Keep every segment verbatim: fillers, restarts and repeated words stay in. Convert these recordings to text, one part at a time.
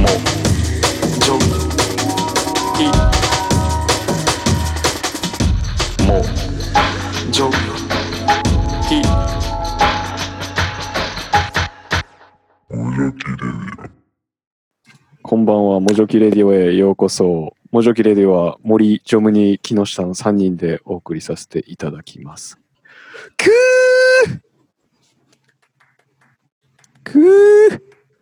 ジョイもジョイこんばんは、もじょきレディオへようこそ。もじょきレディオは森、ジョムニ、木下のさんにんでお送りさせていただきます。くーくー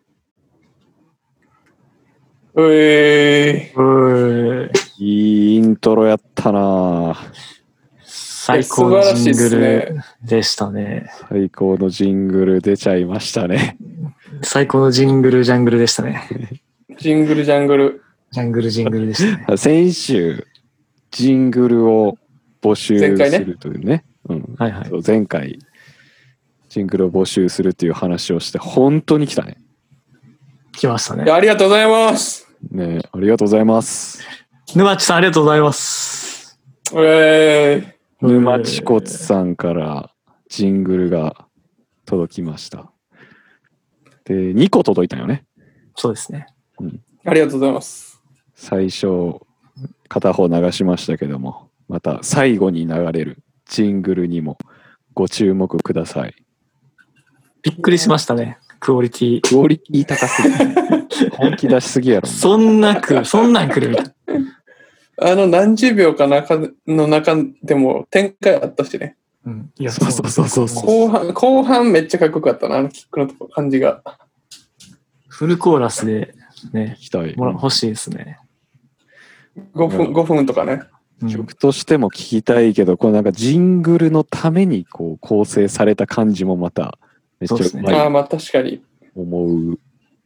うえーうーいいイントロやったな。 最高のジング素晴らしいルでしたね。 最高のジングル出ちゃいましたね。 最高のジングルジャングルでしたね。 ジングルジャングル。 ジャングルジングルでしたね。 先週、ジングルを募集前回ねするというね。うん、 はいはい。 そう前回、ジングルを募集するっていう話をして、本当に来たね。 来ましたねいや。ありがとうございます。 ねありがとうございます。 沼地さんありがとうございます。 うえー沼地骨さんからジングルが届きました。で、にこ届いたよね。 そうですね。 ありがとうございます。 最初、片方流しましたけども、また最後に流れるジングルにもご注目ください。 びっくりしましたね。クオリティ。 クオリティ高すぎる。本気出しすぎやろ。 そんなく、そんなん来るみたいな。 あの何十秒か中の中でも展開あったしね。 うん。いや、 そうそうそうそうそう後半、後半めっちゃかっこよかったな、あのキックのとこ感じが。 フルコーラスでね聞、きたい。 もら欲しいですね。 ごふん、ごふんとかね。 うん、 曲としても聞きたいけど、このなんかジングルのためにこう構成された感じもまためっちゃそうですねうまいああ、まあ確かに。 思う。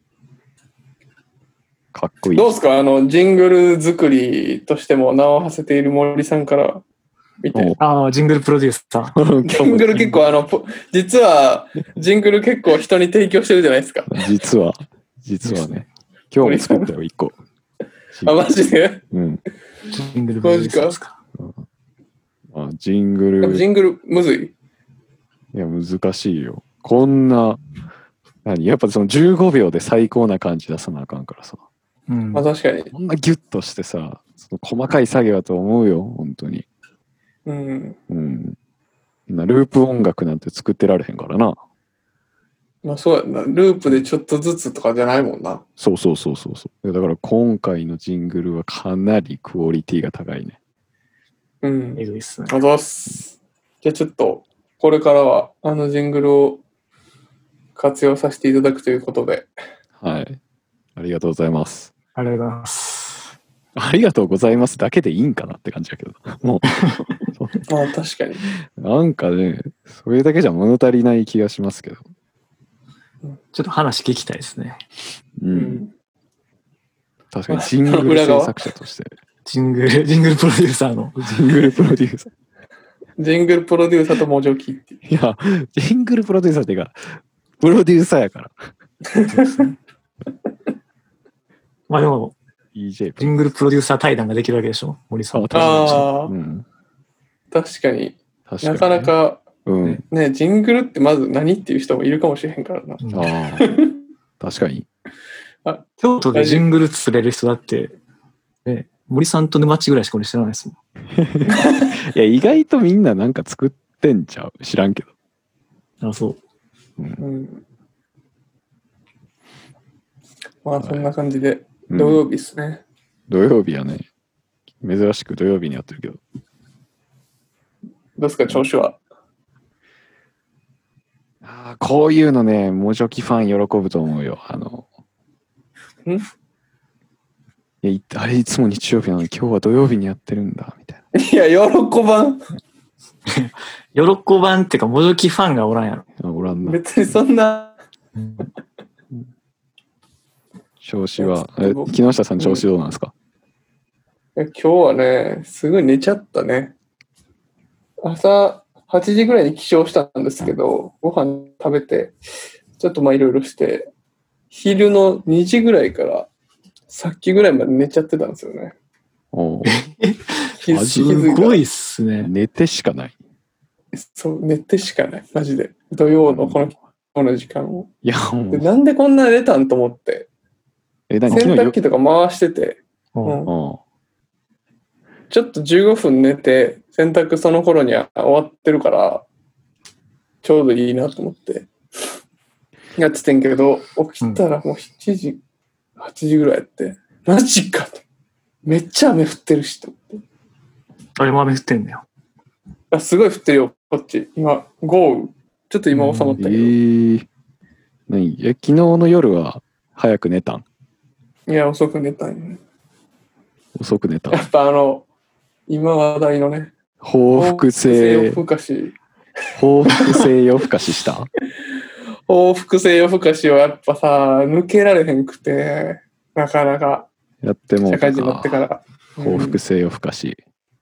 かっこいい。 どうですかあの、ジングル作りとしても名を馳せている森さんから見て。 ああ、ジングルプロデューサー。 ジングル結構あの、ぽ実はジングル結構人に提供してるじゃないですか。 実は、実はね、今日も作ったよ、一個。 あ、マジでうん。 ジングルプロデューサーですか。 あ、ジングやっぱル、 ジングルむずい。 いや、難しいよ。こんな、何やっぱそのじゅうごびょうで最高な感じ出さなあかんからさ。 うんまあ。確かに。 こんなギュッとしてさ、その細かい作業だと思うよ、本当に。 うん。 うん。なループ音楽なんて作ってられへんからな。 まあそうやな。ループでちょっとずつとかじゃないもんな。 そうそうそうそうそう。だから今回のジングルはかなりクオリティが高いね。 うん。 えぐいっすね。 あざっす。じゃあちょっと、これからはあのジングルを活用させていただくということで。 はい。ありがとうございます。 ありがとうございます。 ありがとうございますだけでいいんかなって感じだけど。もああ、確かに。 う、なんかね、それだけじゃ物足りない気がしますけど。 ちょっと話聞きたいですね。 う。 うんん。 確かにジングル裏側制作者として、 ジングル、ジングルプロデューサーの。 ジングルプロデューサー。 ジングルプロデューサーとモジョキっていう。 いや、ジングルプロデューサーっていうか、プロデューサーやから。 まあでも、 イージェージングルプロデューサー対談ができるわけでしょ、森さん。 あ確かああ、 に。うん。 確かに。 確かに、 なかな。か、 うん。 ね、ジングルってまず何っていう人もいるかもしれへんからな。 うんああ。確かに。 京都でジングル釣れる人だって、ね、森さんと沼地ぐらいしか俺知らないですもん。 いや、意外とみんななんか作ってんちゃう知らんけど。 あ、そう。 うん。まあそんな感じで、 うん土曜日ですね。 土曜日はね、珍しく土曜日にやってるけど。 どうですか、調子は。 ああ、こういうのね、もじょきファン喜ぶと思うよ。あの、 んいや、いあれいつも日曜日なのに今日は土曜日にやってるんだ、みたいな。 いや、喜ばん。 喜ばんってか、もどきファンがおらんやろ。 あおらんな。 別にそんな、 調子は、 いやえ木下さん調子どうなんですか？ いや今日はね、すごい寝ちゃったね。朝はちじぐらいに起床したんですけど、ご飯食べて、ちょっとまあいろいろして、昼のにじぐらいからさっきぐらいまで寝ちゃってたんですよね。 おう気づす気づいたらごいっすね。 寝てしかない。 そう、寝てしかない。マジで。土曜のこの、この時間を。 いや、もで、 う、 なんでこんな寝たんと思って。 え、何洗昨日よ濯機とか回してて、 ううんん、 うんちょっとじゅうごふん寝て、洗濯その頃には終わってるから、ちょうどいいなと思って、やっててんけど、起きたらもうしちじ、はちじぐらいやって、マジかと。めっちゃ雨降ってるしと思って。 あれも雨降ってんだよ。 あ、すごい降ってるよ、こっち。今、豪雨。ちょっと今収まったえけど。 ー、何え、昨日の夜は早く寝たん？ いや、遅く寝たんよね。 遅く寝たやっぱあの、今話題のね、 報復性夜更かし。 報復性夜更かしした報復性夜更かしをやっぱさ、抜けられへんくて、なかなか、 やってもうた社会人になってかか。 ら。 報復うん性夜更かし。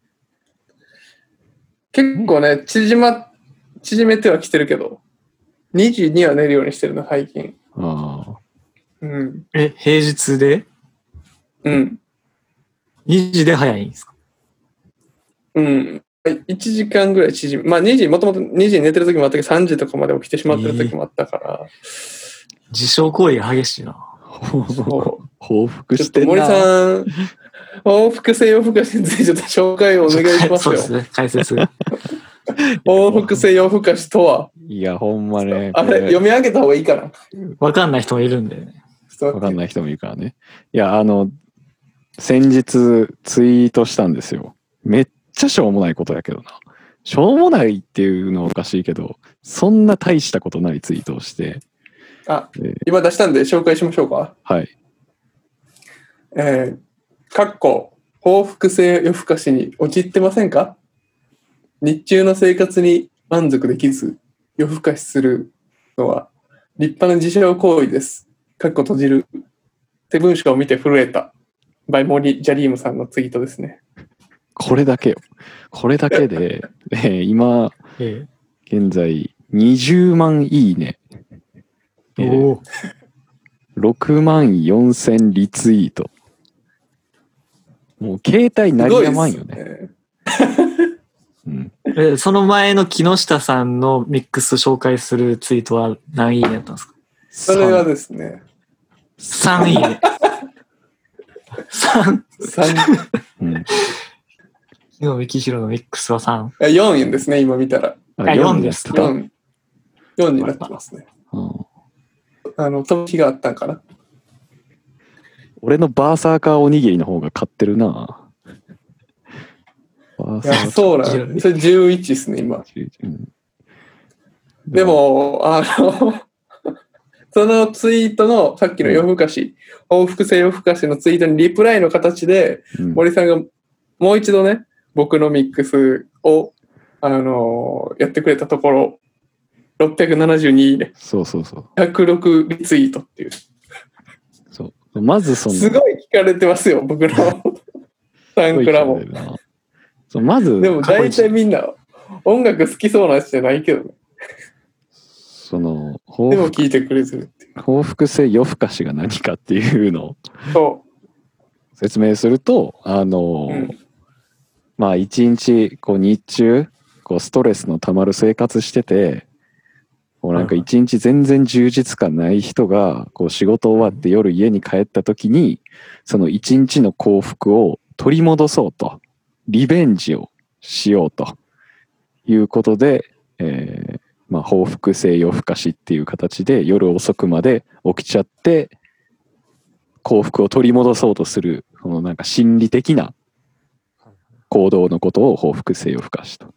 結構ね、縮ま、縮めてはきてるけど、にじには寝るようにしてるの、最近。 ああ。 うん。 え、平日でうん。 にじで早いんですか？ うん。いちじかんぐらい縮め、まあにじ、もともとにじに寝てる時もあったけど、さんじとかまで起きてしまってる時もあったから、 自傷行為が激しいな。 そう報復ちょっと森してんな。 さん、報復性夜更かしについてちょっと紹介をお願いしますよ。 そうですね、解説。 報復性夜更かしとは、 いや、ほんまね。 あれ、読み上げた方がいいかな。 わかんない人もいるんでね。 わかんないい人もいるからね。いや、あの、先日ツイートしたんですよ。めっちゃしょうもないことやけどな。しょうもないっていうのはおかしいけど、そんな大したことないツイートをして、 あえー、 今出したんで紹介しましょうか。 はい。 えー、かっこ、報復性夜更かしに陥ってませんか？日中の生活に満足できず、夜更かしするのは立派な自傷行為です。かっこ閉じる。って文章を見て震えた。バイモリ・ジャリームさんのツイートですね。 これだけよ。これだけで、えー今、 え現在にじゅうまんいいね。 え、 えーおお。 ろくまんよんせんリツイート。もう携帯鳴りやまんよね。 ね。 うん、 え、その前の木下さんのミックス紹介するツイートは何いいねやったんですか？ それはですね、 さんいいね。さん。 さんうん、 木野幹弘のミックスはさん。 よんですね、今見たら。 あよんですか。 よん。よんになってますね。 うんあの、飛び火があったんかな。 俺のバーサーカーおにぎりの方が勝ってるな。バーいや、 サーカーそうなんだ。それじゅういちですね、今。 うんでも、あの、そのツイートのさっきの夜更かし、報復性夜更かしのツイートにリプライの形で、 うん森さんがもう一度ね、僕のミックスを、あのやってくれたところ、ろっぴゃくななじゅうにいいね、 そうそうそう。 ひゃくろくリツイートっていう。 そうまずその、 すごい聞かれてますよ、僕のサンクラも。 そうまず、 でも大体みんな音楽好きそうなやつじゃないけどね。 その報でも復聞いてくれてるっていう。 報復性夜更かしが何かっていうのをそ説明すると、あの、 う。うん。 まあ一日こう日中こうストレスのたまる生活してて、こうなんか一日全然充実感ない人がこう仕事終わって夜家に帰った時にその一日の幸福を取り戻そうと、リベンジをしようということで、えーまあ、報復性夜更かしっていう形で夜遅くまで起きちゃって幸福を取り戻そうとするこのなんか心理的な行動のことを報復性夜更かしと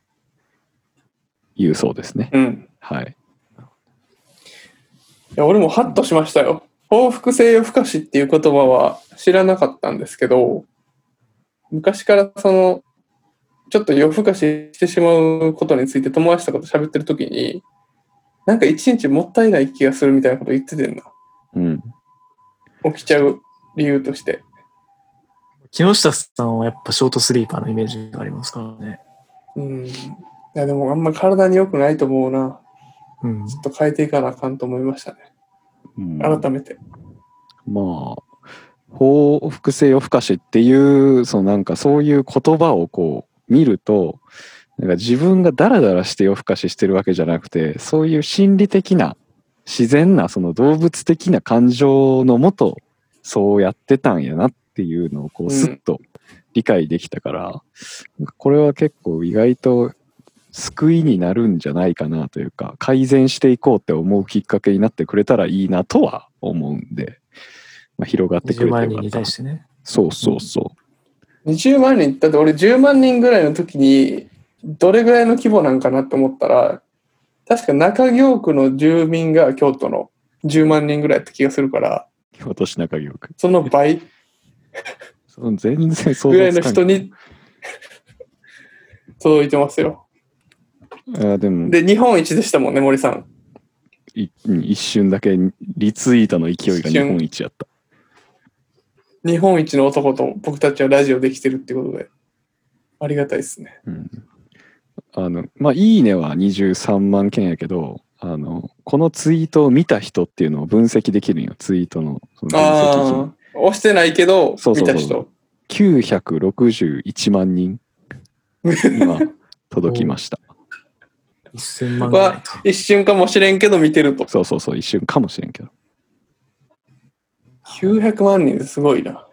いうそうですね。 うん。 はい。 いや俺もハッとしましたよ。報復性夜更かしっていう言葉は知らなかったんですけど、昔からそのちょっと夜更かししてしまうことについて友達とかと喋ってる時に、なんか一日もったいない気がするみたいなこと言っててんな。 うん。 起きちゃう理由として。 木下さんはやっぱショートスリーパーのイメージがありますからね。 うん。いやでもあんま体に良くないと思うな。 うん。 ちょっと変えていかなあかんと思いましたね。 うん改めて。 まあ報復性夜更かしっていうそのなんかそういう言葉をこう見るとなんか自分がダラダラして夜更かししてるわけじゃなくて、そういう心理的な自然なその動物的な感情のもとそうやってたんやなっていうのをこうスッと理解できたから、なんかこれは結構意外と救いになるんじゃないかなというか、改善していこうって思うきっかけになってくれたらいいなとは思うんで、まあ、広がってくれてよかった。 じゅうまんにんに対してね。 そうそうそう。 にじゅうまんにん、だって俺じゅうまんにんぐらいの時にどれぐらいの規模なんかなって思ったら、確か中京区の住民が京都のじゅうまんにんぐらいやった気がするから、 京都市中京区。 その倍その全然想ぐらいの像つかない。 人に届いてますよ。 あでもで、日本一でしたもんね、森さん。 い一瞬だけリツイートの勢いが日本一やった。 日本一の男と僕たちはラジオできてるってことで、ありがたいですね。 うん、あのまあいいねはにじゅうさんまんけんやけど、あのこのツイートを見た人っていうのを分析できるんよ、ツイートのその分析機ああ、押してないけどそうそうそう見た人。 きゅうひゃくろくじゅういちまんにん今届きました。 せんまんぐらいは一瞬かもしれんけど見てると。 そうそうそう、一瞬かもしれんけど。 きゅうひゃくまんにんすごいな。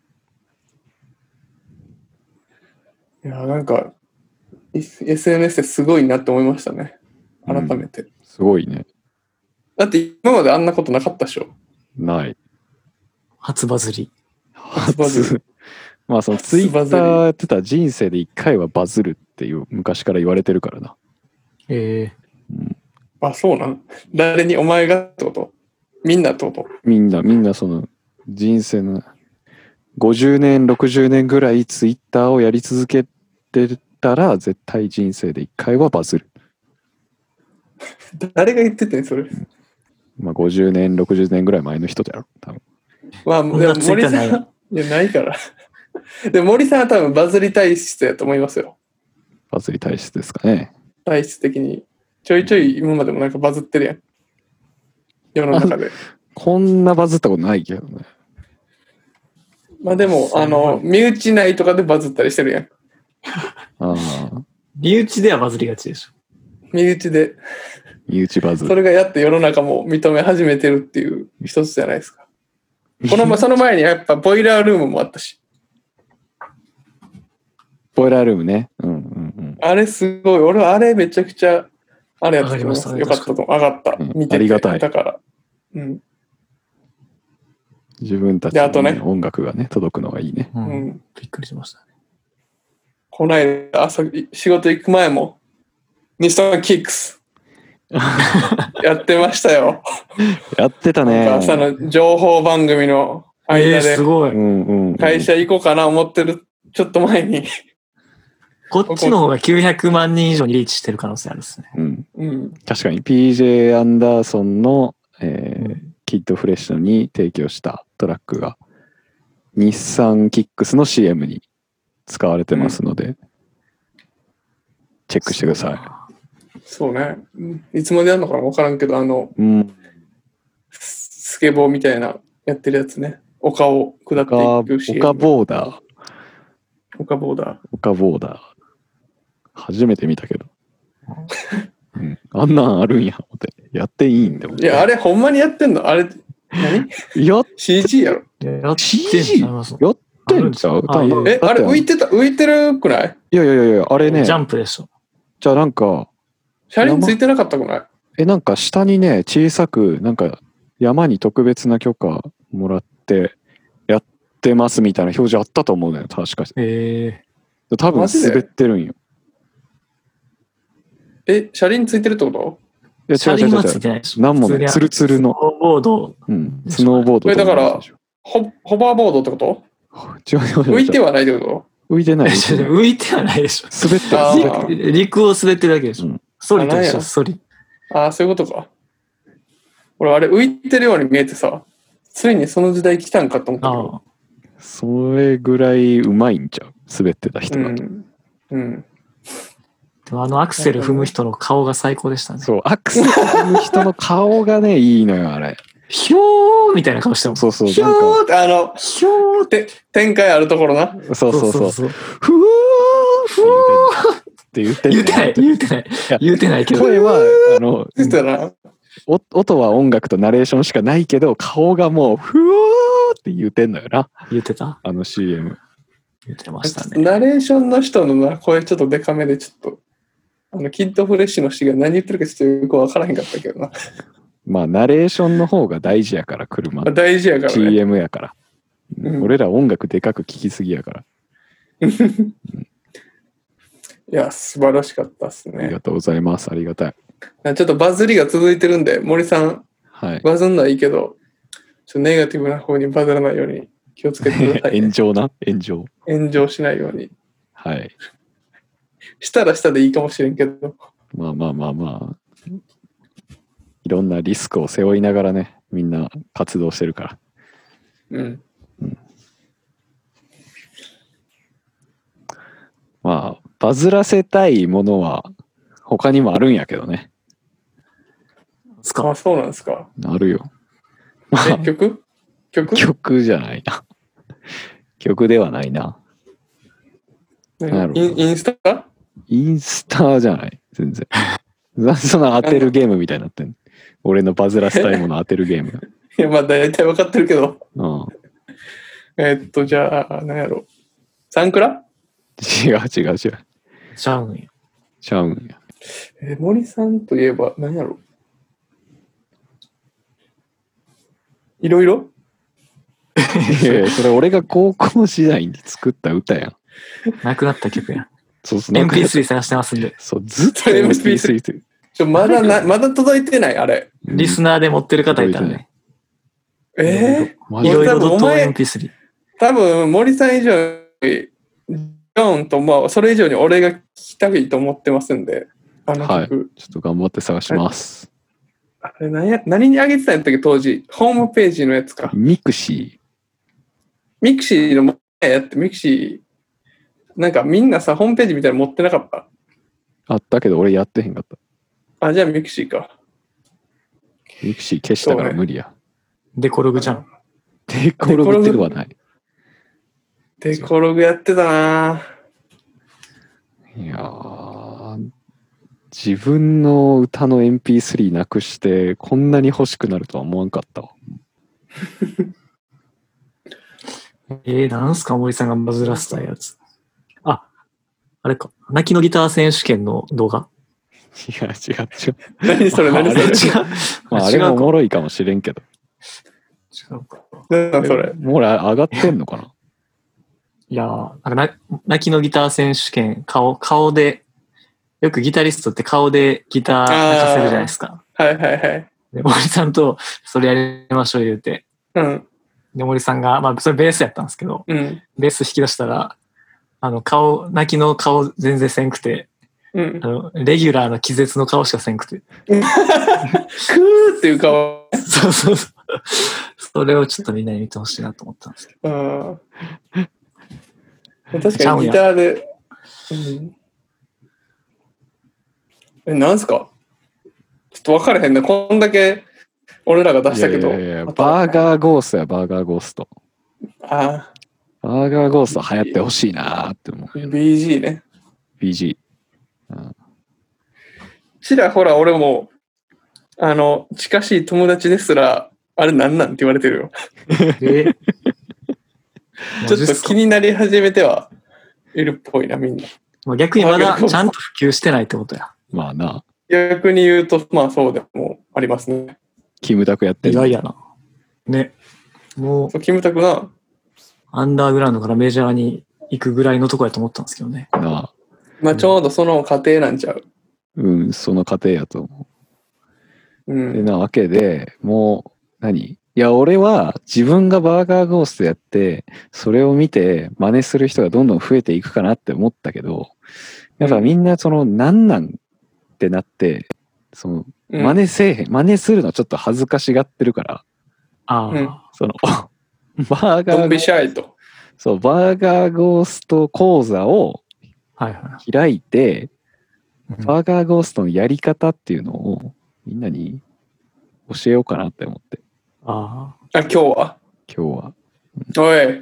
いや、なんか エスエヌエス ですごいなって思いましたね。改めて。 うん、すごいね。 だって今まであんなことなかったでしょ。 ない。 初バズり。 初バズる。 まあそのツイッターやってた人生で一回はバズるっていう昔から言われてるからな。 えあ、そうなん。誰にお前がってこと？みんなってこと？ みんなみんなその人生のごじゅうねんろくじゅうねんぐらいツイッターをやり続けてたら絶対人生で一回はバズる。 誰が言っててんそれ。 まあごじゅうねんろくじゅうねんぐらい前の人だろ多分。 まあ、でも森さん、いや、ないから。でも森さんは多分バズり体質やと思いますよ。 バズり体質ですかね。 体質的に。ちょいちょい今までもなんかバズってるやん。世の中で。 こんなバズったことないけどね。 まあでも、あの、身内内とかでバズったりしてるやん。 ああ、 ー、身内ではバズりがちでしょ。 身内で。 身内バズそれがやって世の中も認め始めてるっていう一つじゃないですか。このまその前にやっぱボイラールームもあったし。 ボイラールームね。うんうんうん。 あれすごい。俺はあれめちゃくちゃ、あれやったと思います。 上がりましたよかったと。上がった。 うん見てて。 ありがたいだから。うん。 自分たちであとねの音楽がね届くのがいいね。 うんうんびっくりしましたね。 この間、朝、仕事行く前も、ミスターキックス。やってましたよ。 やってたね。 なんか朝の情報番組の間えー、 で、 すごい。 うんうんうん、 会社行こうかな思ってる、ちょっと前に。 こっちの方がきゅうひゃくまんにん以上にリーチしてる可能性あるですね。 うん、 うん。 確かに ピージェー アンダーソンの、えーうんキッドフレッシュに提供したトラックが日産キックスの シーエム に使われてますので、チェックしてくださそうね。いつまでやるのかな分からんけど、あの、 い。うん。 スケボーみたいなやってるやつね。丘を下っていく シーエム。 丘ボーダー。 丘ボーダー。 丘ボーダー。初めて見たけど。うん、あんなんあるんや思ってやっていいんだもん。 いや、あれほんまにやってんのあれ、何や ?シージー やろ。 やってシージーんのやってんちゃうあるんですか多分え、あれ浮いてた、浮いてるくないいやいやいやいやあれねジャンプでしょ。 じゃあなんか車輪ついてなかったくないえなんか下にね小さくなんか山に特別な許可もらってやってますみたいな表示あったと思うのよ確かえ多分マジで滑ってるんよ。 え、車輪ついてるってこといやー、車輪はついて違うないでしょ。 なんもね普通にツルツルのスノーボード。 うんスノーボードえだからと同じでしょホホバーボードってこと違う違う違う浮いてはないってこ浮いてない浮いてはないでしょ。 滑ってるあー滑ってる陸を滑ってるだけでしょ。 うんソリと一緒、 あなんやソリ。 とああ、そういうことか。俺、あれ浮いてるように見えてさ、ついにその時代来たんかと思ったけど。 ああ。 それぐらいうまいんちゃう滑ってた人だと、 うん。うん。 でもあのアクセル踏む人の顔が最高でしたね。 そうアクセル踏む人の顔がねいいのよあれ。 ひょーみたいな顔してます。 そうそうひょなんかーって、あの、 ひょーって。 て展開あるところな。 そうそうそうそう。 ふーふーって言ってんねん言うてない、言うてないや。 言うてないけど。 声はあのそしたら、 お音は音楽とナレーションしかないけど顔がもうふーってって言うてんのよな、 言ってたあの シーエム。 言ってましたね。 ナレーションの人のな声ちょっとデカめでちょっと、あのキッドフレッシュの人が何言ってるかちょっとよくわからへんかったけどな。 まあナレーションの方が大事やから、車。 大事やからね。 シーエム やから。 うん俺ら音楽でかく聴きすぎやから。 いや、素晴らしかったっすねありが。とうございます。ありがたい。 ちょっとバズりが続いてるんで、森さん、 はい。 バズんのはいいけど、ちょっとネガティブな方にバズらないように気をつけてください、ね。 炎上な炎上。 炎上しないように。 はい。 したらしたでいいかもしれんけど。 まあまあまあまあ。いろんなリスクを背負いながらね、みんな活動してるから。 うん。 まあ、バズらせたいものは他にもあるんやけどね。 すかあ、そうなんですか。 あるよ。 え、曲曲曲じゃないな。曲ではないな。なるほどインインスタインスタじゃない。全然。なんでそんな当てるゲームみたいになってんの。俺のバズらせたいもの当てるゲーム。 いや、まあ大体分かってるけど。 うん。 えっと、じゃあ、何やろ。サンクラ違う違う違う。 ちゃうんや。 ちゃうんや。 えー森さんといえば、何やろ。いろいろいやいやそれ俺が高校時代に作った歌やん。 なくなった曲やん。 そうそう。 エムピースリー 探してますんで。 そう、ずっとそれエムピースリー って。 ちょ、まだな、まだ届いてない、あれ。 リスナーで持ってる方いたらね。 えマジいろいろお前エムピースリー。 ー、多分森さん以上に、ジョンと、まあ、それ以上に俺が聞きたいと思ってますんで、あのはい。ちょ曲。 っと頑張って探します。 あれ何や、何に上げてたんやったっけ、当時。ホームページのやつか。 ミクシミクシーの前やって、ミクシー、なんかみんなさ、ホームページみたいなの持ってなかった。 ーあったけど俺やってへんかった。 あ、じゃあミクシーか。 ミクシー消したから無理や。 デコログじゃん。 デコログではない。 デコログやってたな。 いやー、自分の歌の エムピースリー なくしてこんなに欲しくなるとは思わんかったわ。 えー、なんすか森さんがバズらせたやつ。あ、あれか。泣きのギター選手権の動画。 いや違う違う。 何それ、何あれそれ。 まあ、あれもおもろいかもしれんけど。 違うか。 何それ。 もう俺上がってんのかな。 いやー、なんかな泣きのギター選手権、顔、顔で、よくギタリストって顔でギター泣かせるじゃないですか。 はいはいはい。 で森さんとそれやりましょう言うて。 うん。 で、森さんが、まあ、それベースやったんですけど、 うん。 ベース引き出したら、あの、顔、泣きの顔全然せんくて、 うん。 あの、レギュラーの気絶の顔しかせんくて。 クーっていう顔。 そうそうそう。それをちょっとみんなに見てほしいなと思ったんですけど。 うん。確かにギターで。うん、え、なんすかちょっと分からへんね。こんだけ俺らが出したけど。 いやいやいやバーガーゴーストやバーガーゴースト。 あバーガーゴースト流行ってほしいなーって思う。 あ、ビージー ね。 ビージー。うんちらほら俺も、あの、近しい友達ですら、あれなんなんって言われてるよ。 えちょっと気になり始めてはいるっぽいな、みんな。 まあ逆にまだちゃんと普及してないってことや。 まあな、 逆に言うと、まあそうでもありますね。 キムタクやってる。 意外やな。ね。もう、 そう、キムタクな、 アンダーグラウンドからメジャーに行くぐらいのとこやと思ったんですけどね。 なあ、 まあちょうどその過程なんちゃう。 うん、その過程やと思うう。でん。 なわけでもう何いや俺は自分がバーガーゴーストやってそれを見て真似する人がどんどん増えていくかなって思ったけど、やっぱみんなそのなんなんってなってそのうん真似せえへん、真似するのちょっと恥ずかしがってるから、 ああ、 うんそのバーガードンビシャイと。 そうバーガーゴースト講座をはいは開いて、 い。 バーガーゴーストのやり方っていうのをみんなに教えようかなって思ってああ、今日は今日はおい。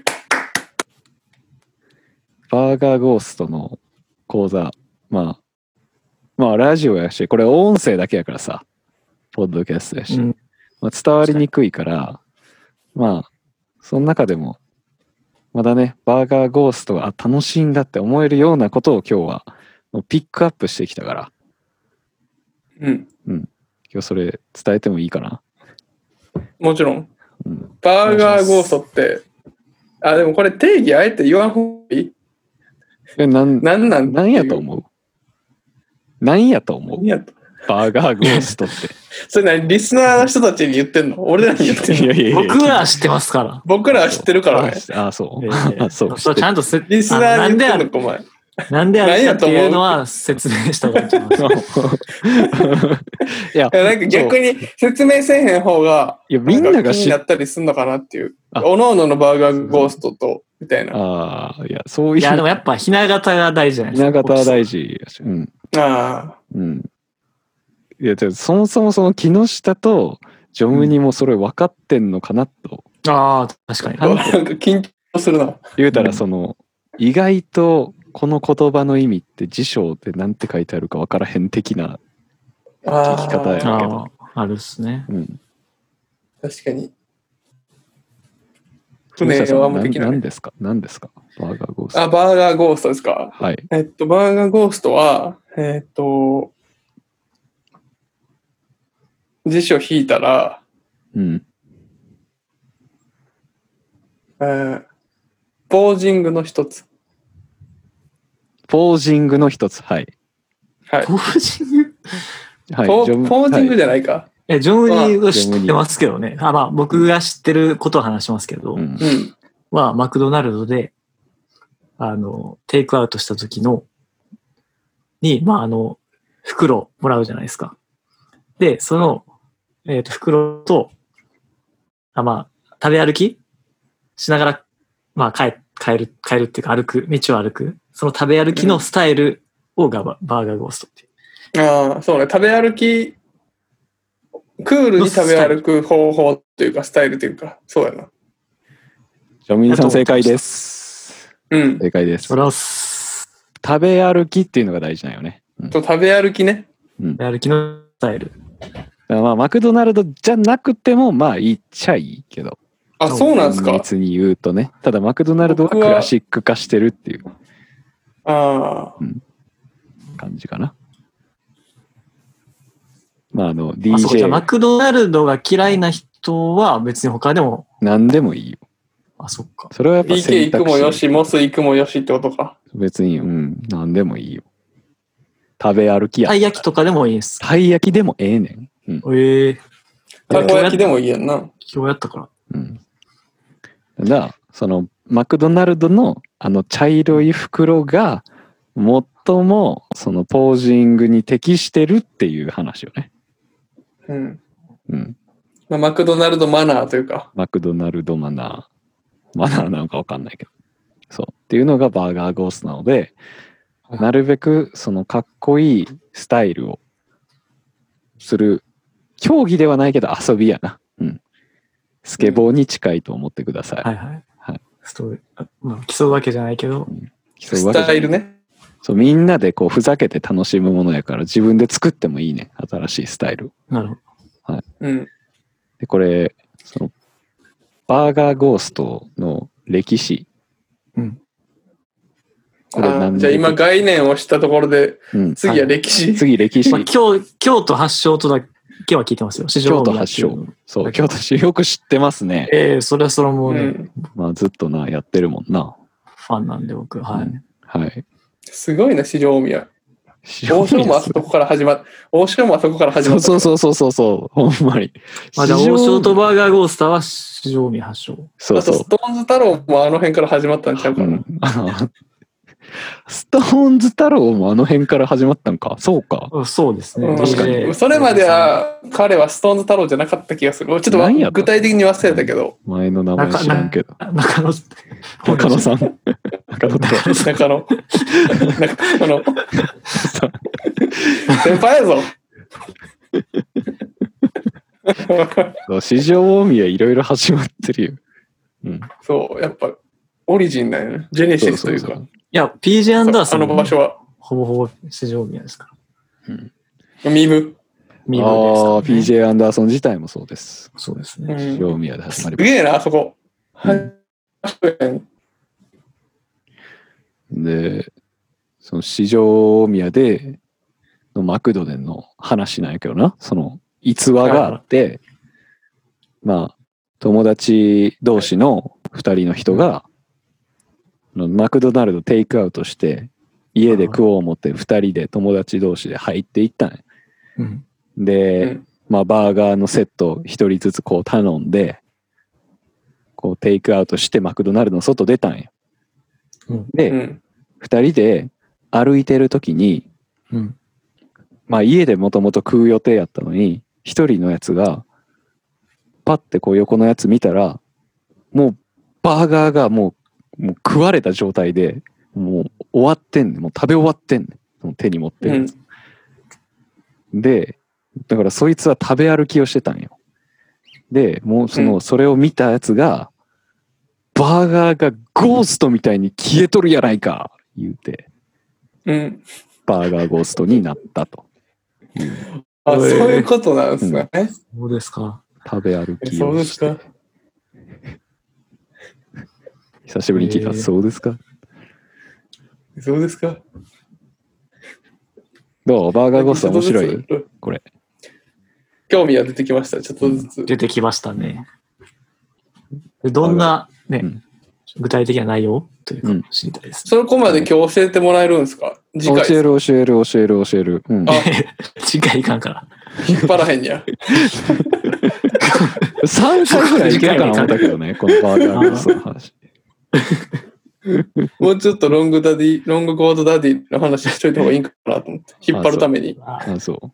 バーガーゴーストの講座、まあまあラジオやしこれ音声だけやからさポッドキャストやあ。 し、 うん。 まあ、伝わりにくいからまあその中でもまだねバーガーゴーストがあ楽しいんだって思えるようなことを今日はもうピックアップしてきたから、 うん。 今日それ伝えてもいいかな。 もちろん。 うん、 バーガーゴーストって、あ、でもこれ定義あえて言わんほうがいい？ えなんなんなんなんやと思う？なんやと思う？ 何やとバーガーゴーストって。 それ何リスナーの人たちに言ってんの？俺らに言ってんの？ いやいやいや僕らは知ってますから。 僕らは知ってるからね。 ああ、そう。 いやいやそう。 そうちゃんとせリスナーに言ってんのあか、お前。 なんであ何るかってやと思ういうのは説明した方がいいと思います。 いや、 いやなんか逆に説明せえへん方が、 いやみんながんか気になったりすんのかなっていう。おのおののバーガーゴーストと、みたいな。あああ、いや、そういう。 いや、でもやっぱひな形が大事じゃないひですか。 な形は大事やし。うん。 あ。 うん。いや、そもそもその木下とジョムニもそれ分かってんのかなと。 ああ、確かに。 なんか緊張するな。 言うたら、その、意外とこの言葉の意味って辞書で何て書いてあるか分からへん的な聞き方やけど。 ああ、あるっすね。 うん。 確かに。船はもうできない。 何ですか何ですかバーガーゴースト。 あ、バーガーゴーストですか。 はい。 えっと、バーガーゴーストは、えっと、辞書引いたら、 うん。 えー、ポージングの一つ。 ポージングの一つ。はい。 はい。 ポージングはい。 ポジョムポージングはいじゃないか。 え、ジョムニーを知ってますけどね。あ、まあ、僕が知ってることを話しますけど、 うんうん。 は、マクドナルドで、あの、テイクアウトした時の、に、まあ、あの、袋もらうじゃないですか。で、その、えっと、袋と、あ、まあ、食べ歩きしながら、まあ、帰、帰る、帰るっていうか、歩く、道を歩く。その食べ歩きのスタイルをがババーガーゴーストっていう。 ああ、そうね。食べ歩き、クールに食べ歩く方法というか、スタイルというか、そうやな。 ジョムニさん正解です。 うん。 正解ですそ。れはす、 食べ歩きっていうのが大事なんよね。うん、 と食べ歩きね。 食べ歩きのスタイル。 だからまあマクドナルドじゃなくてもまあ言っちゃいいけど。 あ、そうなんですか。 厳密に言うとね。ただマクドナルドはクラシック化してるっていうああ、 感じかな。まああのあ、そうか、じゃあディージェーマクドナルドが嫌いな人は別に他でも、 何でもいいよ。 あ、そっか。 それはやっぱディーケー選択肢行くもよし、モス行くもよしってことか。 別にうん何でもいいよ。食べ歩きや。 たい焼きとかでもいいです。 たい焼きでもええねん。うん。 ええたこ焼きでもいいやんな。 今日やったから。 うん。だからそのマクドナルドのあの茶色い袋が最もそのポージングに適してるっていう話よね。 うん。 うん。 まあ、マクドナルドマナーというか。 マクドナルドマナー。マナーなのかわかんないけど。そう。っていうのがバーガーゴーストなので、なるべくそのかっこいいスタイルをする。競技ではないけど遊びやな。うん。スケボーに近いと思ってください。 はいはい。 はい。 ストーリーあまあ、競うわけじゃないけど、 競うわけじゃないスタイルね。 そう、みんなでこうふざけて楽しむものやから自分で作ってもいいね。新しいスタイル。 なるほど。 うん。 で、これ、その、バーガーゴーストの歴史。 うん。 これあ何でーじゃあ今概念を知ったところで、 うん、 次は歴史。 次歴史。 まあ、京京都発祥とだけは聞いてますよ。 京都発祥。そう、京都市よく知ってますね。 ええそれはそれはもうね、 うん。 まあずっとな、やってるもんな。 ファンなんで僕、はい。 うんはい。 すごいな、四条大宮。王将もあそこから始まっ、王将もあそこから始まった。 そうそうそうそうそう、ほんまに。 まあ、じゃあ王将とバーガーゴースターは四条宮発祥。 そうそうあと、ス。トーンズ太郎もあの辺から始まったんちゃうかな。 うん、ストーンズ太郎もあの辺から始まったんか。そうか。 あそうですね。 うん確かにディージェーそれまでは彼はストーンズ太郎じゃなかった気がする。ちょっとわ何やった具体的に忘れたけど。 前の名前知らんけど。 中野、 中野さん。中野太郎。 中野。中野。先輩やぞ。 そう市場大宮いろいろ始まってるよ。うん。 そう、やっぱ、オリジンだよね。ジェネシスというか。 そうそうそういや、ピージェー アンダーソあンの場所は。 ほぼほぼ四条宮ですから。 ミブ。 ミーブですから、ね。 ああ、ピージェー アンダーソン自体もそうです。 そうですね。 うん市場大宮で始まりすげえな、あそこ。 はちえん。 で、その市場宮でのマクドでの話なんやけどな、その逸話があって、まあ友達同士のふたりの人が、のマクドナルドテイクアウトして家で食おう思ってふたりで友達同士で入っていったんや。 うん。 で、 うんまあバーガーのセットひとりずつこう頼んで、こうテイクアウトしてマクドナルドの外出たんや。 うんで、 うん。 ふたりで歩いてる時に、 うん。 まあ家でもともと食う予定やったのに、一人のやつがパッてこう横のやつ見たら、もうバーガーがもう、もう食われた状態で、もう終わってんねん。もう食べ終わってんねん。その手に持ってるやつ。で、だからそいつは食べ歩きをしてたんよ。で、もうその、 うんそれを見たやつが、バーガーがゴーストみたいに消えとるやないか言うて、 うん。 バーガーゴーストになったと。 あ、そうえーいうことなんですね。 そうですか。 食べ歩きそうをして。 ですか。 久しぶりに聞いた。 えーそうですか。 そうですか。 どうバーガーゴースト面白いちょっとずつこれ。 興味が出てきました。ちょっとずつ。 出てきましたね。でどんな、ね、 うん具体的な内容というかうん知りたいですね。 そこまで今日教えてもらえるんですか？次回教える教える教える教える。うんあ、 次回いかんから。 引っ張らへんや。 さんかいぐらいいけるかな思ったけどね、このバーガーゴーストの話。 もうちょっとロングダディ、ロングコードダディの話しといた方がいいんかなと思って。引っ張るために。 ああ、そ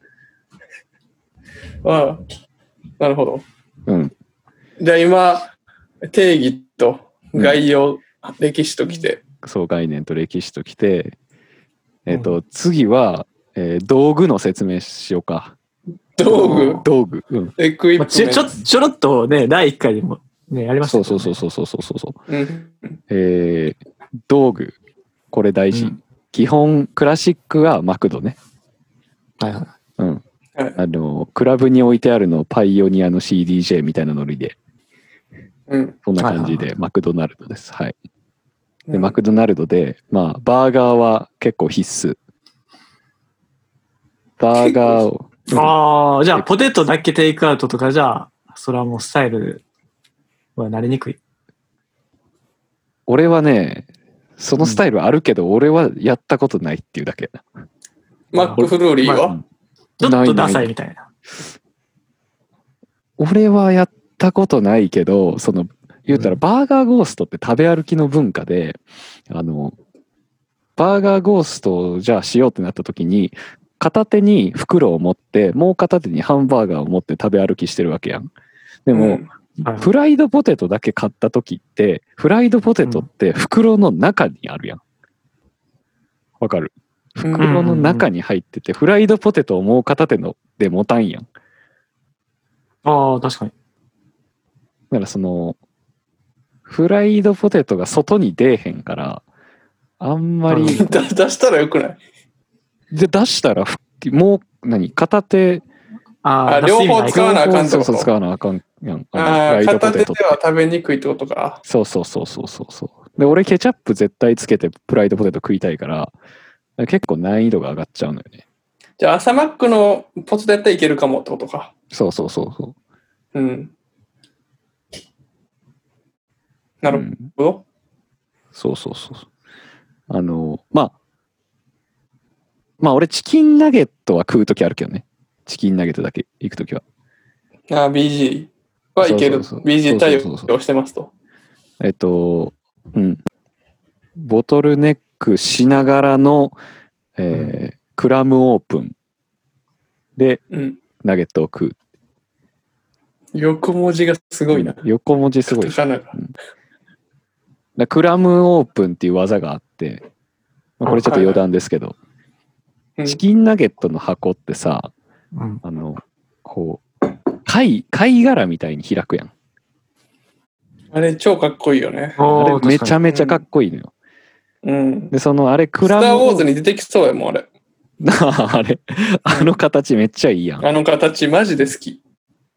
ああ、なるほど。 う。うん。 じゃあ今、定義と概要、歴史ときて。 そう、概念と歴史ときて、えっ、と、 う次は、えー道具の説明しようか。 道具、 道具。うん。 エクイプメント。 まあちょちょちょろっとね、だいいっかいでも、ね、やりましたそうけどねそうそうそうそうそうそう。 うん。 えー道具。これ大事。 うん基本、クラシックはマクドね。 はいはい。 うん。 はい。 あの、クラブに置いてあるのパイオニアの シーディージェー みたいなノリで、 うん。 そんな感じはいはいでマクドナルドです。はい。で、マクドナルドで、まあ、バーガーは結構必須。バーガーを、 ああ、じゃあポテトだけテイクアウトとかじゃあ、それはもうスタイルはなりにくい。 俺はね、そのスタイルあるけど、俺はやったことないっていうだけ。 マックフルーリーまは、 ちょっとダサないいみたいな。 俺はやったことないけど、その、言うたらうんバーガーゴーストって食べ歩きの文化で、あの、バーガーゴーストをじゃあしようってなった時に、片手に袋を持って、もう片手にハンバーガーを持って食べ歩きしてるわけやん。でも、 うんはいフライドポテトだけ買った時って、フライドポテトって袋の中にあるやん。わかる？ うん袋の中に入ってて、フライドポテトをもう片手ので持たんやん。 ああ、確かに。 だからその、フライドポテトが外に出えへんから、あんまり、 うんだ出したらよくない？ で出したらふ、もう、何片手、 ああ、 あ両方使わなあかんってことそうそう、使わなあかんやん。あのフああ、 ライドポ片手テトってでは食べにくいってことか。 そうそうそうそうそうそう。で、俺ケチャップ絶対つけてフライドポテト食いたいから、結構難易度が上がっちゃうのよね。 じゃあ朝マックのポテトやったらいけるかもってことか。 そうそうそうそう。 うん。なるうんほど。 そうそうそうそう。あの、まあ、まあ俺チキンナゲットは食うときあるけどね。チキンナゲットだけ行くときは。 ああ、ビージー はいける。 そうそうそうビージー 対そうそうそう応してますと。 えっと、うん。ボトルネックしながらの、えークラムオープンでうん。 ナゲットを食う。 横文字がすごいな。 横文字すごい。 カタカナがだクラムオープンっていう技があって、まあ、これちょっと余談ですけど、 うんチキンナゲットの箱ってさ、 うん。 あの、こう、貝、貝殻みたいに開くやん。 あれ超かっこいいよね。 あれああ、 めちゃめめちゃかっこいいのよ。 うん。 で、そのあれクスター・ラムウォーズに出てきそうやもん、あれ。 あれ、あの形めっちゃいいやん。 あの形マジで好き。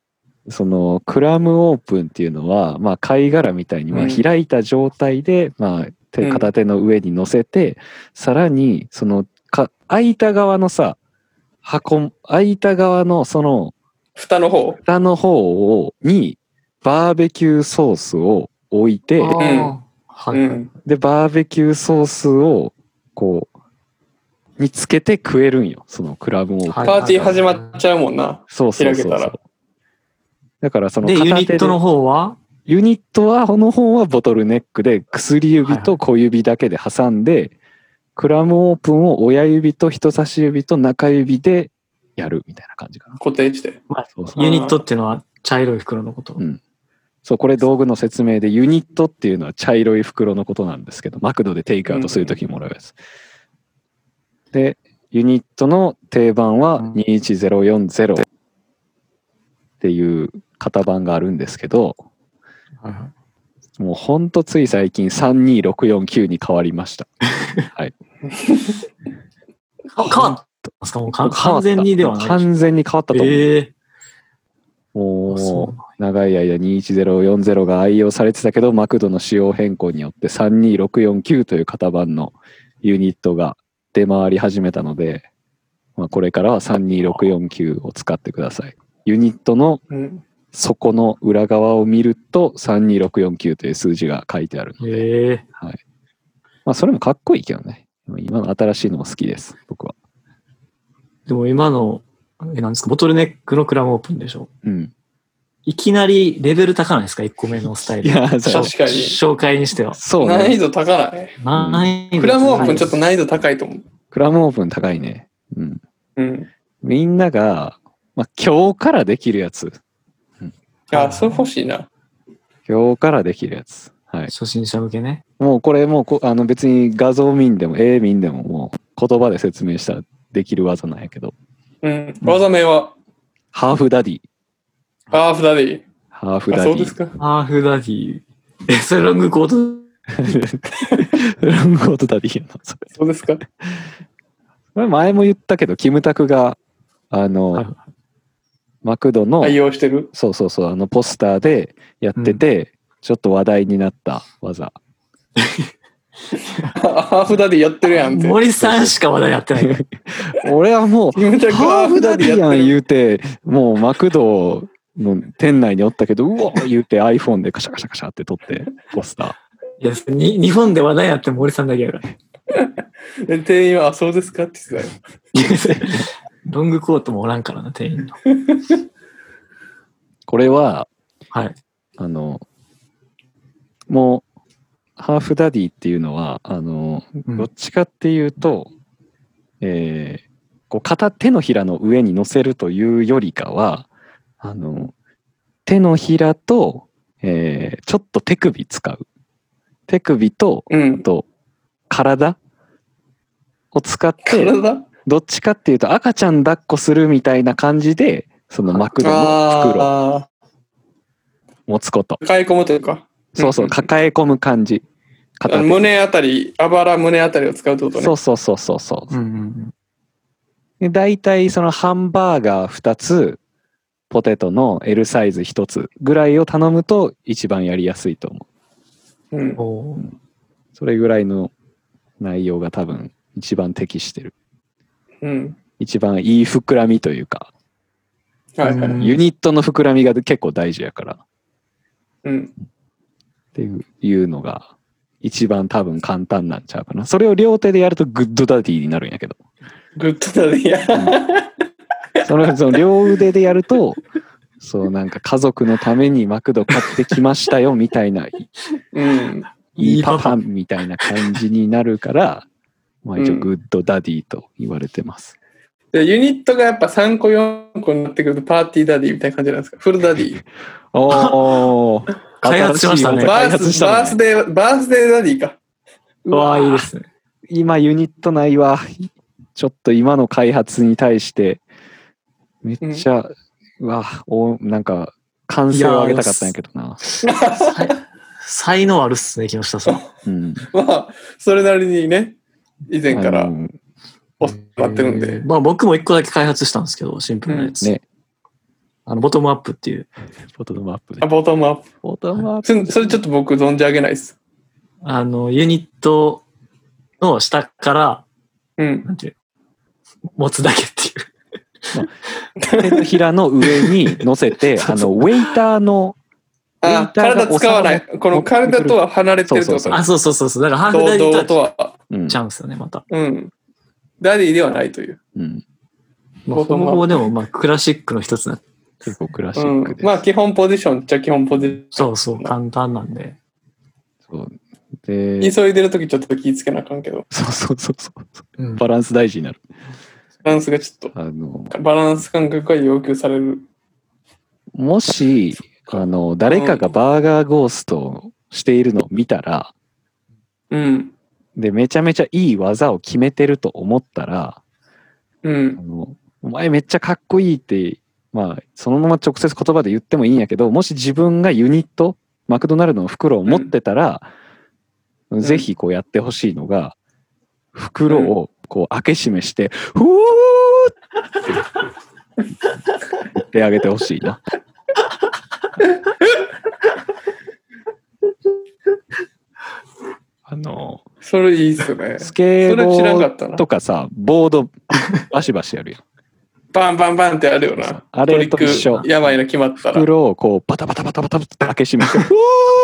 そのクラムオープンっていうのは、まあ、貝殻みたいにまあうん開いた状態で、まあ、手うん片手の上に乗せて、さらにそのか開いた側のさ箱開いた側のその蓋の方。 蓋の方をにバーベキューソースを置いて、 あーはい。 うん。 でバーベキューソースをこうにつけて食えるんよ、そのクラムオープン。 はいパーティー始まっちゃうもんな。 そうそうそう開けたらそう。だからそので、ユ片手でニットの方はユニットはこの方はボトルネックで薬指と小指だけで挟んで、クラムオープンを親指と人差し指と中指でやるみたいな感じかな。 固定して。 そうそうユニットっていうのは茶色い袋のこと。 うんそうこれ道具の説明で、ユニットっていうのは茶色い袋のことなんですけど、マクドでテイクアウトするときにもらうやつ。でユニットの定番はにいちゼロよんゼロっていう型番があるんですけど、 はいはいもうほんとつい最近さんにろくよんきゅうに変わりました。はい。 あ変わったんですか？もうか完全にではない。 完全に変わったと思う。 ええもあそうう長い間にいちゼロよんゼロが愛用されてたけど、マクドの仕様変更によってさんにろくよんきゅうという型番のユニットが出回り始めたので、まあ、これからはさんにろくよんきゅうを使ってください。ユニットのうん。 底の裏側を見るとさんにろくよんきゅうという数字が書いてあるので、 ええはい。まあそれもかっこいいけどね。今の新しいのも好きです、僕は。 でも今の、え、なんですか、ボトルネックのクラムオープンでしょ。 うん。 いきなりレベル高ないですか？ いっ 個目のスタイル。 いや、そう確かに。 紹介にしては。 そうね。 難易度高ない。 難易度クラムオープンちょっと高い難易度高いと思う。 クラムオープン高いね。うん。 うん。 みんなが、まあ、今日からできるやつ。 あ、それ欲しいな。 今日からできるやつ。はい。 初心者向けね。 もうこれもうこあの別に画像見んでも絵見んでももう言葉で説明したらできる技なんやけど。 うん。技名は、 ハーフダディ。 ハーフダディ。あ、 ハーフダディ。 そうですか。 ハーフダディ。え、それロングコート。 ロングコートダディやな、それ。 そうですか。 これ前も言ったけど、キムタクが、あの、 はいマクドの、 愛用してる。 そうそうそう、あのポスターでやってて、ちょっと話題になった技。 ハーフダディやってるやんって。 森さんしか話題やってないから。 俺はもう、 キムタクハーフダディやんやってる。 言うて、もうマクドの店内におったけど、うお言うて iPhone でカシャカシャカシャって撮って、ポスタいや、に日本で話題やって森さんだけやから。 で店員は、あ、そうですかって言ってたよ。 ロングコートもおらんからな、店員の。 ー。これは、 はい。 あの、もう、ハーフダディっていうのは、あの、 うんどっちかっていうと、えーこう片手のひらの上に乗せるというよりかは、あの、手のひらと、えーちょっと手首使う。手首と、 うんあ。と、体を使って、 体どっちかっていうと赤ちゃん抱っこするみたいな感じで、そのマクドの袋をあ持つこと。 あ、抱え込むというか。 そうそう、 ん抱え込む感じ。 あ片手の胸あたり、あばら胸あたりを使うってことね。 そうそうそうそうそう。 うんうんで大体そのハンバーガーふたつ、ポテトの L サイズひとつぐらいを頼むと一番やりやすいと思う。 うんうん。。おーそれぐらいの内容が多分一番適してる。 うん。 一番いい膨らみというか、 はいはい。 うんユニットの膨らみが結構大事やからっうん。 ていういうのが一番多分簡単なんちゃうかな。それを両手でやるとグッドダディになるんやけど、 グッドダディや。 そのその両腕でやると、そうなんか家族のためにマクド買ってきましたよみたいな、 うん。 いいパパみたいな感じになるから、まあ一応グッドダディと言われてます。 でユニットがやっぱさんこよんこになってくるとパーティーダディみたいな感じなんですか？フルダディ。 おー開発しましたね新い技バース、 開発したねバースデー、バースデーダディか。 うわーいいですね。 今ユニット内はちょっと今の開発に対してめっちゃ、うわおなんか歓声を上げたかったんやけどな。 才才能あるっすね、木下さん。 うん、 まあ、それなりにね、以前からあのおっしゃってるんで。 まあ僕も一個だけ開発したんですけど、シンプルなやつ。 ねあの、ボトムアップっていう、 ボトムアップであ、。ボトムアップ。 ボトムアップ。 それそれちょっと僕存じ上げないです。 あの、ユニットの下から、 うん。 なんていう、持つだけっていう。 手のひらの上に乗せて、あの、ウェイターの、ウェあイ、ターが体使わない。この体とは離れてるってこそうとあ、そうそうそうそう。だからハーフダデ堂ィとは 々とは。 うんちゃうんですよね、また。 うん。ダディではないという。 うん、 まあ、ほぼほぼでも、まあ、クラシックの一つな。 結構クラシうんックで。。 まあ基本ポジションっちゃ基本ポジシそうそう、簡単なんで。 そうョン。 で、 急いでるときちょっと気ぃつけなあかんけど、 そうそうそうそう。 うん。 バランス大事になる。 バランスがちょっあの、 と、バランス感覚が要求される。 もし、あの、誰かがバーガーゴーストをしているのを見たら、 うん。 で、めちゃめちゃいい技を決めてると思ったら、あうん。 の、お前めっちゃかっこいいって、まあ、そのまま直接言葉で言ってもいいんやけど、もし自分がユニット、マクドナルドの袋を持ってたら、 んぜひこうやってほしいのが、袋をこう開け閉めして、ふーって言ってあげてほしいな。あの、 それいいっすね。 スケそれ知らんかボーったなとかさ、ボードバシバシやるよ。 バンバンバンってあるよな。 あれと一緒トリックやばいの決まったら。 袋をこうバタバタバタバタって開け閉めて、ふ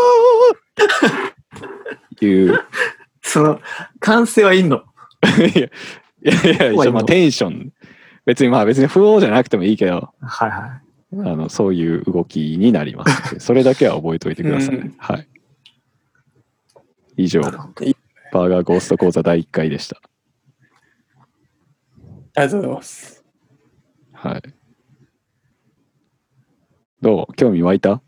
ーっていう。 その、完成はいんの。 いやいやいや、一応まあテンション、別にまあ別に不応じゃなくてもいいけど、 はいはあのそういう動きになります。それだけは覚えておいてください。 うんはい。以上、 い。 バなるほど。 ーガーゴースト講座だいいっかいでした。 ありがとうございます。 はい。どう興味湧いた？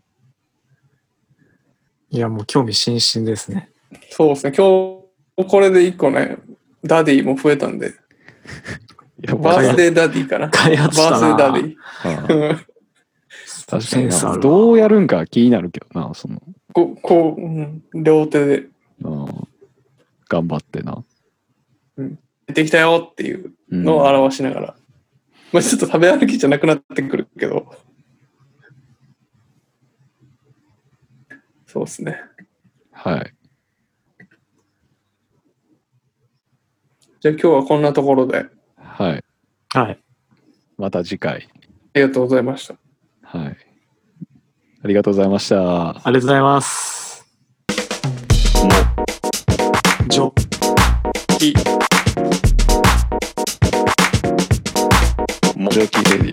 いや、もう興味津々ですね。 そうですね。今日、これで一個ね、ダディも増えたんで、 いやバースデーダディかな。バ開ースデ発したなーダディ。 ああうん確かにな。 センスあるわどうやるんか気になるけどな、その、 こう、こう、うん両手でうん頑張ってな。 出てきたよっていううんのを表しながら。まあちょっと食べ歩きじゃなくなってくるけど。そうですね。 はい。 じゃあ今日はこんなところであはい。 はい。 また次回。 りがとうございました。 はい。ありがとうございました。 ありがとうございます。ジョ。 いいもう聞いてる。